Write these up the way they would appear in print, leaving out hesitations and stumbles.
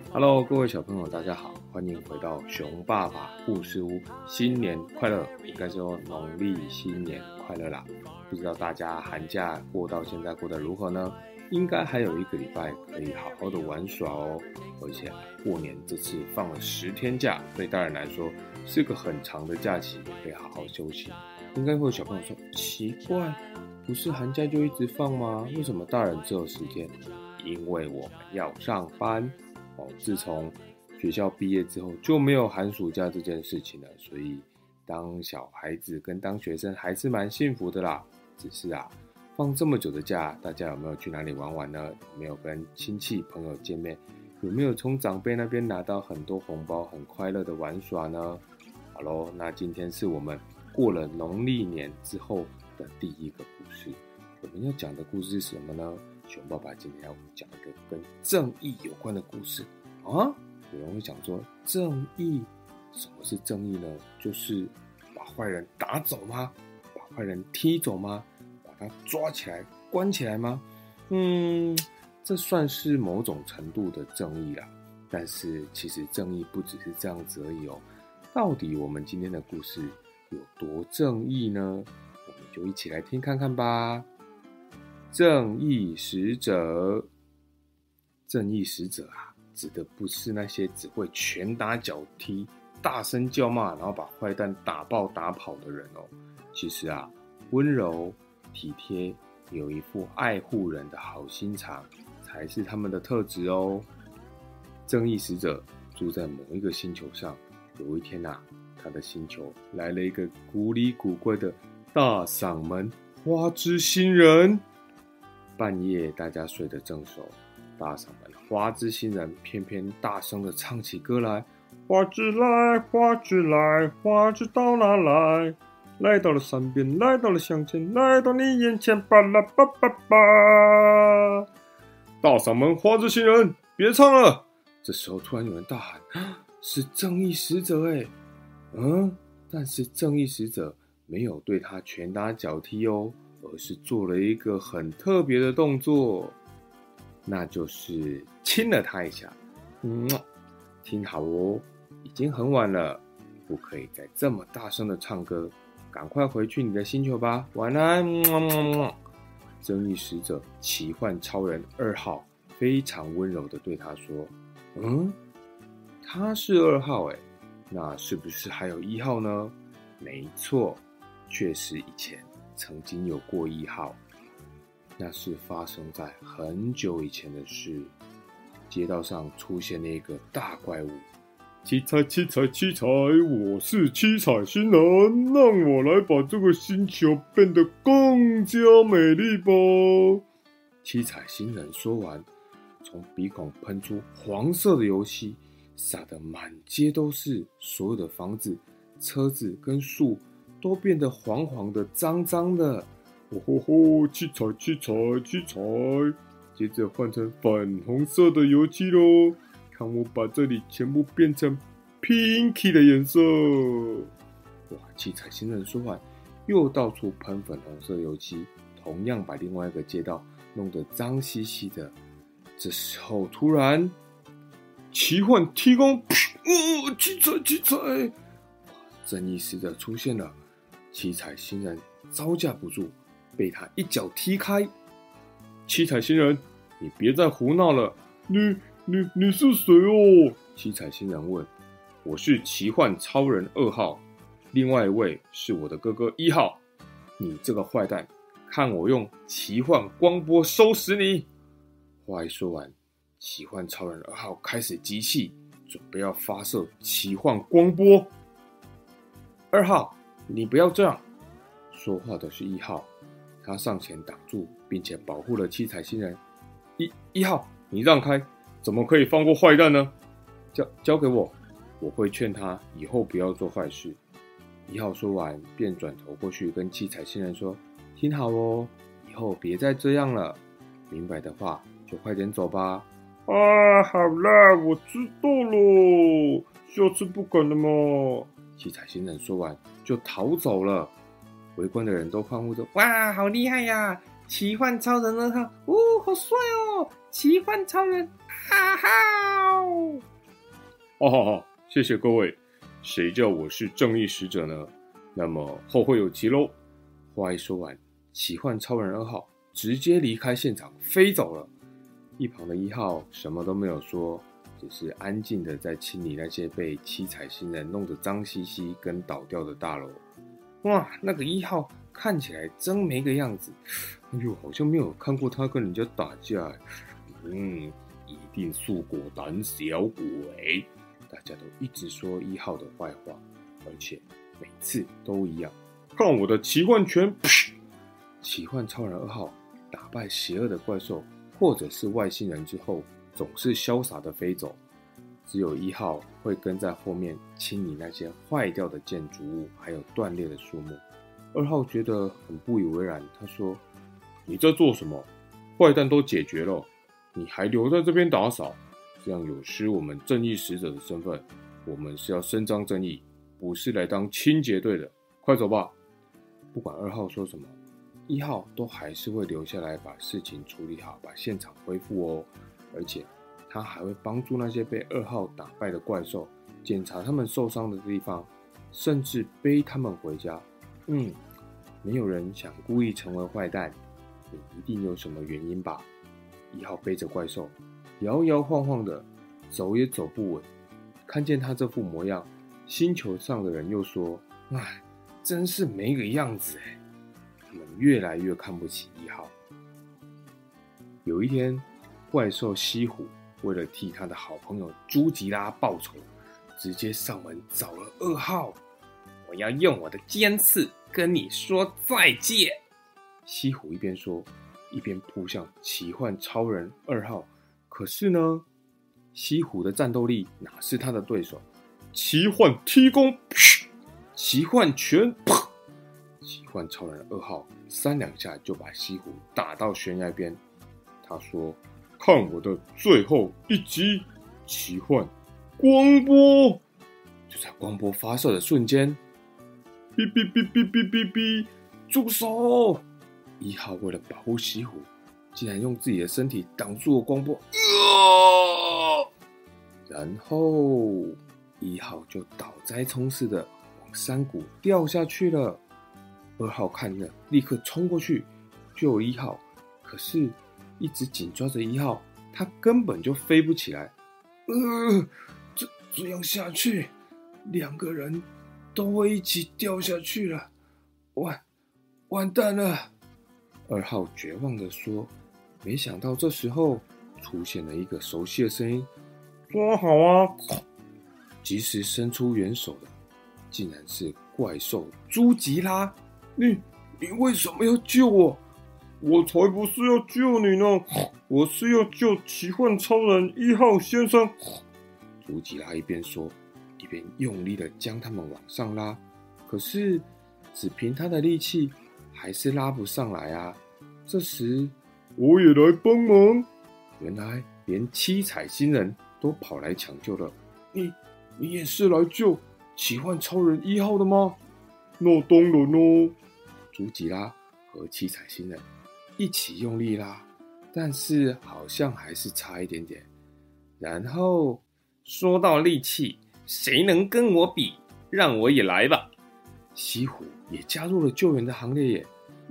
Hello，各位小朋友，大家好，欢迎回到熊爸爸故事屋，新年快乐！应该说农历新年快乐啦！不知道大家寒假过到现在过得如何呢？应该还有1个礼拜可以好好的玩耍哦。而且过年这次放了10天假，对大人来说是个很长的假期，可以好好休息。应该会有小朋友说，奇怪，不是寒假就一直放吗？为什么大人只有10天？因为我们要上班。自从学校毕业之后就没有寒暑假这件事情了，所以当小孩子跟当学生还是蛮幸福的啦。只是放这么久的假，大家有没有去哪里玩玩呢？有没有跟亲戚朋友见面？有没有从长辈那边拿到很多红包，很快乐的玩耍呢？好咯，那今天是我们过了农历年之后的第1个故事。我们要讲的故事是什么呢？熊爸爸今天要讲一个跟正义有关的故事啊！有人会想说，正义？什么是正义呢？就是把坏人打走吗？把坏人踢走吗？把他抓起来关起来吗？这算是某种程度的正义啦。但是其实正义不只是这样子而已哦。到底我们今天的故事有多正义呢？我们就一起来听看看吧。正义使者，正义使者指的不是那些只会拳打脚踢、大声叫骂，然后把坏蛋打爆打跑的人哦。其实温柔、体贴，有一副爱护人的好心肠，才是他们的特质哦。正义使者住在某一个星球上，有一天他的星球来了一个古里古怪的大嗓门花之新人。半夜大家睡得正熟，大嗓门花之新人偏偏大声地唱起歌来。花枝来，花枝来，花枝到哪来？来到了山边，来到了乡间，来到你眼前，巴拉巴巴巴。大嗓门花之新人，别唱了！这时候突然有人大喊，是正义使者耶！但是正义使者没有对他拳打脚踢哦，而是做了一个很特别的动作，那就是亲了他一下。听好哦，已经很晚了，不可以再这么大声的唱歌，赶快回去你的星球吧，晚安。正义使者奇幻超人2号非常温柔的对他说，他是2号耶，那是不是还有1号呢？没错，确实以前曾经有过1号，那是发生在很久以前的事。街道上出现了一个大怪物，七彩七彩七彩，我是七彩星人，让我来把这个星球变得更加美丽吧。七彩星人说完，从鼻孔喷出黄色的油漆，洒得满街都是，所有的房子、车子跟树都变得黄黄的、脏脏的。七彩七彩七彩，接着换成粉红色的油漆咯，看我把这里全部变成 pinky 的颜色。七彩星人说完，又到处喷粉红色油漆，同样把另外一个街道弄得脏兮兮的。这时候突然奇幻踢弓，七彩七彩，正义使者出现了，七彩星人招架不住，被他一脚踢开。七彩星人，你别再胡闹了，你是谁哦？七彩星人问。我是奇幻超人2号，另外一位是我的哥哥1号。你这个坏蛋，看我用奇幻光波收拾你！话一说完，奇幻超人2号开始集气，准备要发射奇幻光波。2号，你不要这样！说话的是1号，他上前挡住，并且保护了七彩星人。一号，你让开，怎么可以放过坏蛋呢？交给我，我会劝他以后不要做坏事。1号说完，便转头过去跟七彩星人说：“听好哦，以后别再这样了，明白的话就快点走吧。”好啦，我知道了，下次不敢了嘛。七彩星人说完就逃走了。围观的人都欢呼着：“哇，好厉害呀！奇幻超人2号，好帅哦！奇幻超人哈哈！哈哈哈！谢谢各位，谁叫我是正义使者呢？那么后会有期喽。话一说完，奇幻超人2号直接离开现场飞走了。一旁的1号什么都没有说，只是安静的在清理那些被七彩星人弄得脏兮兮跟倒掉的大楼。哇，那个1号看起来真没个样子，哎呦，好像没有看过他跟人家打架。一定是个胆小鬼。大家都一直说1号的坏话，而且每次都一样。看我的奇幻拳！奇幻超人2号打败邪恶的怪兽或者是外星人之后，总是潇洒的飞走。只有1号会跟在后面清理那些坏掉的建筑物，还有断裂的树木。2号觉得很不以为然，他说：“你在做什么？坏蛋都解决了，你还留在这边打扫，这样有失我们正义使者的身份。我们是要伸张正义，不是来当清洁队的。快走吧！”不管2号说什么，1号都还是会留下来把事情处理好，把现场恢复哦。而且他还会帮助那些被2号打败的怪兽，检查他们受伤的地方，甚至背他们回家。没有人想故意成为坏蛋，你一定有什么原因吧？1号背着怪兽，摇摇晃晃的，走也走不稳。看见他这副模样，星球上的人又说：“哎，真是没个样子哎。”他们越来越看不起1号。有一天，怪兽西虎为了替他的好朋友朱吉拉报仇，直接上门找了2号。我要用我的尖刺跟你说再见。西虎一边说，一边扑向奇幻超人2号。可是呢，西虎的战斗力哪是他的对手？奇幻踢弓，奇幻拳，奇幻超人2号3两下就把西虎打到悬崖边。他说：“看我的最后一击，奇幻光波！”就在光波发射的瞬间，哔哔哔哔哔哔哔，住手！1号为了保护西虎，竟然用自己的身体挡住了光波，然后1号就倒栽葱似的往山谷掉下去了。2号看了，立刻冲过去救1号，可是一直紧抓着1号，他根本就飞不起来。这样下去，2个人都会一起掉下去了，完蛋了！2号绝望地说。没想到这时候出现了一个熟悉的声音：“抓好啊！”及时伸出援手的，竟然是怪兽朱吉拉。你为什么要救我？我才不是要救你呢，我是要救奇幻超人1号先生。朱吉拉一边说，一边用力的将他们往上拉，可是只凭他的力气还是拉不上来啊。这时我也来帮忙，原来连七彩星人都跑来抢救了。你也是来救奇幻超人1号的吗？那当然哦。朱吉拉和七彩星人一起用力拉，但是好像还是差一点点。然后说到力气，谁能跟我比？让我也来吧。西虎也加入了救援的行列耶。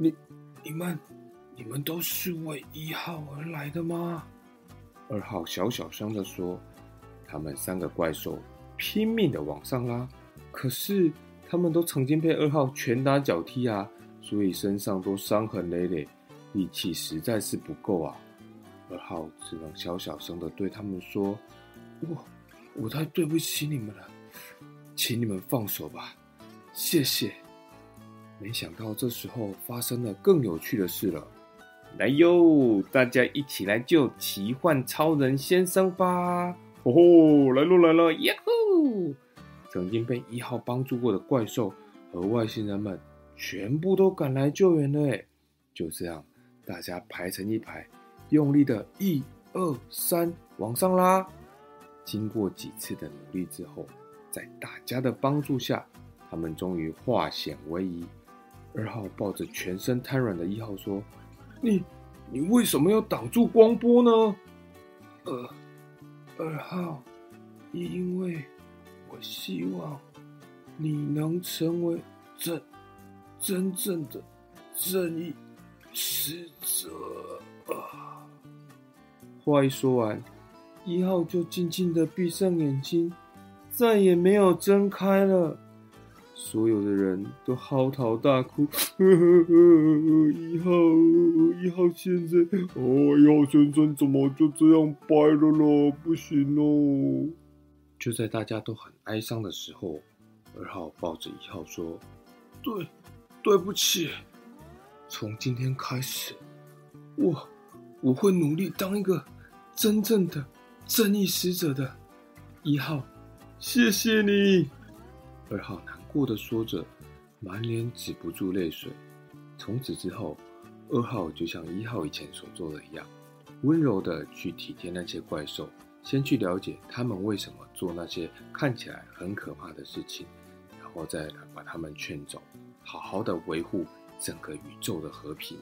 你们都是为1号而来的吗？2号小声的说。他们3个怪兽拼命的往上拉，可是他们都曾经被2号拳打脚踢啊，所以身上都伤痕累累，力气实在是不够啊。2号只能小声的对他们说：“我太对不起你们了，请你们放手吧，谢谢。”没想到这时候发生了更有趣的事了。来哟，大家一起来救奇幻超人先生吧！哦吼，来咯，耶呼！曾经被1号帮助过的怪兽和外星人们全部都赶来救援了耶。就这样，大家排成一排，用力的1、2、3往上拉。经过几次的努力之后，在大家的帮助下，他们终于化险为夷。2号抱着全身瘫软的1号说：“你为什么要挡住光波呢？” 2号，因为我希望你能成为真正的正义使者啊！”话一说完，1号就静静的闭上眼睛，再也没有睁开了。所有的人都嚎啕大哭。1号先生，1号先生怎么就这样掰了呢？不行哦！就在大家都很哀伤的时候，2号抱着1号说：“对不起，从今天开始，我会努力当一个真正的正义使者的。1号，谢谢你。”2号难过的说着，满脸止不住泪水。从此之后，2号就像1号以前所做的一样，温柔的去体贴那些怪兽，先去了解他们为什么做那些看起来很可怕的事情，然后再把他们劝走，好好的维护整个宇宙的和平。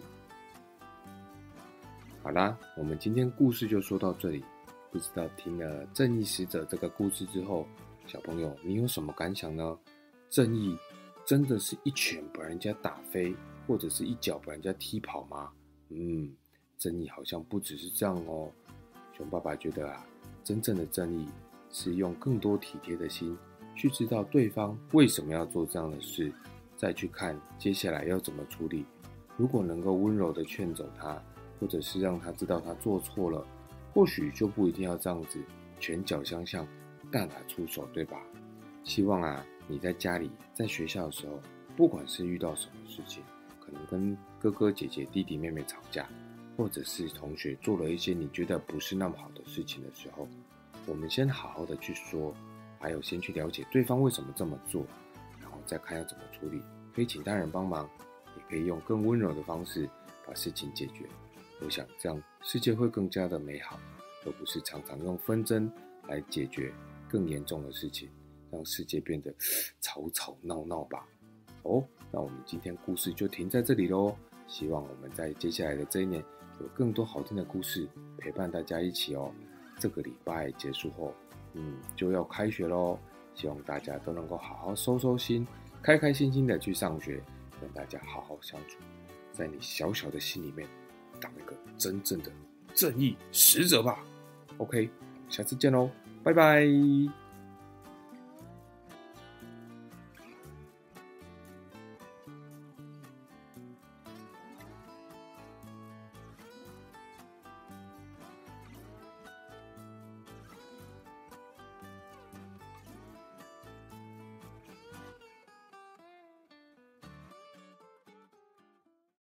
好啦，我们今天故事就说到这里。不知道听了正义使者这个故事之后，小朋友你有什么感想呢？正义真的是一拳把人家打飞，或者是一脚把人家踢跑吗？正义好像不只是这样哦。熊爸爸觉得真正的正义是用更多体贴的心去知道对方为什么要做这样的事，再去看接下来要怎么处理。如果能够温柔的劝走他，或者是让他知道他做错了，或许就不一定要这样子拳脚相向，大打出手，对吧？希望你在家里在学校的时候，不管是遇到什么事情，可能跟哥哥姐姐弟弟妹妹吵架，或者是同学做了一些你觉得不是那么好的事情的时候，我们先好好的去说，还有先去了解对方为什么这么做，然后再看要怎么处理。可以请大人帮忙，也可以用更温柔的方式把事情解决。我想这样世界会更加的美好，而不是常常用纷争来解决更严重的事情，让世界变得吵吵闹闹吧。那我们今天故事就停在这里咯。希望我们在接下来的这一年有更多好听的故事陪伴大家一起哦。这个礼拜结束后，就要开学咯，希望大家都能够好好收心，开开心心的去上学，跟大家好好相处，在你小小的心里面当一个真正的正义使者吧。OK，下次见咯，拜拜。